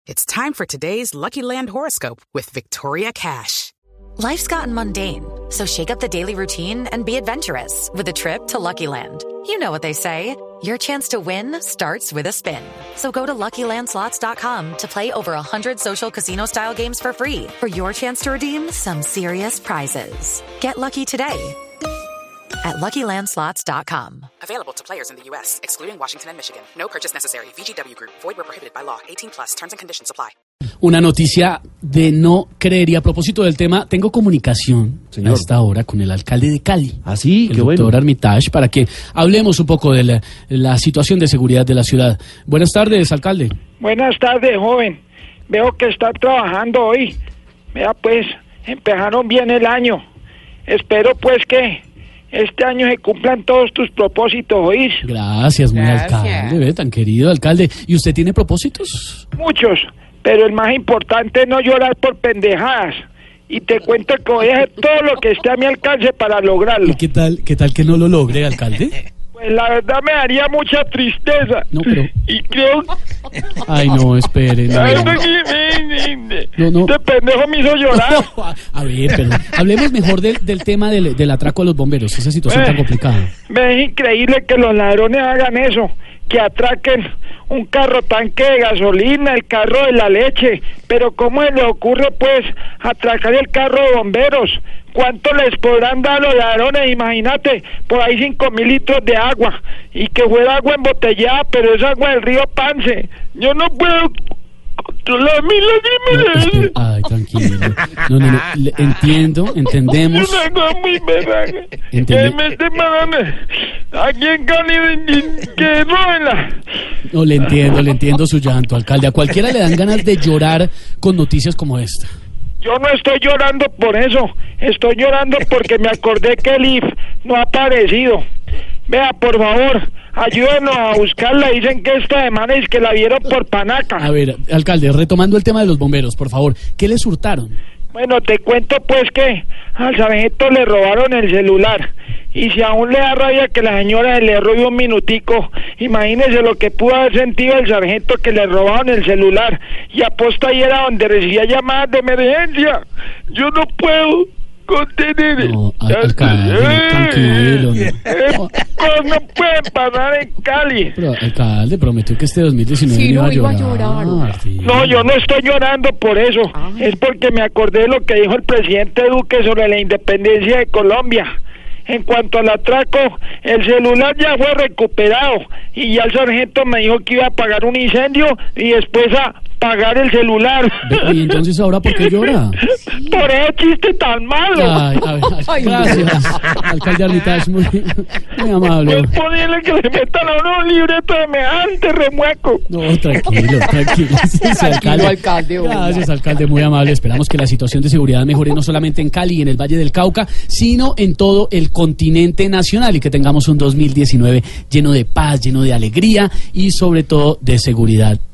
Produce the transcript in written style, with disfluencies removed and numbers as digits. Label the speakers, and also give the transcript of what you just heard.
Speaker 1: It's time for today's Lucky Land horoscope with Victoria Cash.
Speaker 2: Life's gotten mundane, so shake up the daily routine and be adventurous with a trip to Lucky Land. You know what they say, your chance to win starts with a spin. So go to LuckyLandSlots.com to play over 100 social casino-style games for free for your chance to redeem some serious prizes. Get lucky today at LuckyLandSlots.com.
Speaker 1: Available to players in the U.S., excluding Washington and Michigan. No purchase necessary. VGW Group. Void where prohibited by law. 18+. Terms and conditions apply.
Speaker 3: Una noticia de no creer, y a propósito del tema, tengo comunicación a esta hora con el alcalde de Cali.
Speaker 4: ¿Ah, sí?
Speaker 3: El doctor Armitage, para que hablemos un poco de la situación de seguridad de la ciudad. Buenas tardes, alcalde.
Speaker 5: Buenas tardes, joven. Veo que está trabajando hoy. Vea, pues, empezaron bien el año. Espero, pues, que este año se cumplan todos tus propósitos, ¿oís?
Speaker 3: Gracias, muy alcalde, ve, tan querido alcalde. ¿Y usted tiene propósitos?
Speaker 5: Muchos, pero el más importante es no llorar por pendejadas. Y te cuento que voy a hacer todo lo que esté a mi alcance para lograrlo.
Speaker 3: ¿Y qué tal que no lo logre, alcalde?
Speaker 5: Pues la verdad me daría mucha tristeza.
Speaker 3: No, pero...
Speaker 5: Y creo...
Speaker 3: Ay, no, espere. No.
Speaker 5: Este pendejo me hizo llorar.
Speaker 3: A ver, pero hablemos mejor del tema del atraco a los bomberos, esa situación tan complicada.
Speaker 5: Es increíble que los ladrones hagan eso, que atraquen un carro tanque de gasolina, el carro de la leche, pero ¿cómo se les ocurre, pues, atracar el carro de bomberos? ¿Cuánto les podrán dar a los ladrones? Imagínate, por ahí 5.000 litros de agua, y que fuera agua embotellada, pero es agua del río Pance. Yo no puedo controlar mis lágrimas.
Speaker 3: Ay, tranquilo. No, entendemos.
Speaker 5: Es una agua muy berraca. Que me esté mandando aquí en Cali, que róbenla.
Speaker 3: No, le entiendo su llanto, alcalde. A cualquiera le dan ganas de llorar con noticias como esta.
Speaker 5: Yo no estoy llorando por eso, estoy llorando porque me acordé que el IF no ha aparecido. Vea, por favor, ayúdenos a buscarla. Dicen que esta semana es que la vieron por Panaca.
Speaker 3: A ver, alcalde, retomando el tema de los bomberos, por favor, ¿qué les hurtaron?
Speaker 5: Bueno, te cuento pues que al sargento le robaron el celular. Y si aún le da rabia que la señora le robe un minutico, imagínese lo que pudo haber sentido el sargento que le robaron el celular. Y aposta ahí era donde recibía llamadas de emergencia. Yo no puedo contener.
Speaker 3: No, alcalde, tranquilo.
Speaker 5: No pueden pasar en Cali.
Speaker 3: Pero, alcalde, prometió que este 2019
Speaker 6: sí,
Speaker 3: no iba a llorar.
Speaker 5: Sí. No, yo no estoy llorando por eso. Es porque me acordé de lo que dijo el presidente Duque sobre la independencia de Colombia. En cuanto al atraco, el celular ya fue recuperado y ya el sargento me dijo que iba a apagar un incendio y después a pagar el celular.
Speaker 3: ¿Y entonces ahora por qué llora?
Speaker 5: Por ese chiste tan malo.
Speaker 3: Ay, gracias, alcalde Armitage, muy amable.
Speaker 5: Es posible que le metan a uno un libreto de semejante remueco.
Speaker 3: No, tranquilo. Sí, alcalde. Gracias, alcalde, muy amable. Esperamos que la situación de seguridad mejore no solamente en Cali y en el Valle del Cauca, sino en todo el continente nacional y que tengamos un 2019 lleno de paz, lleno de alegría y sobre todo de seguridad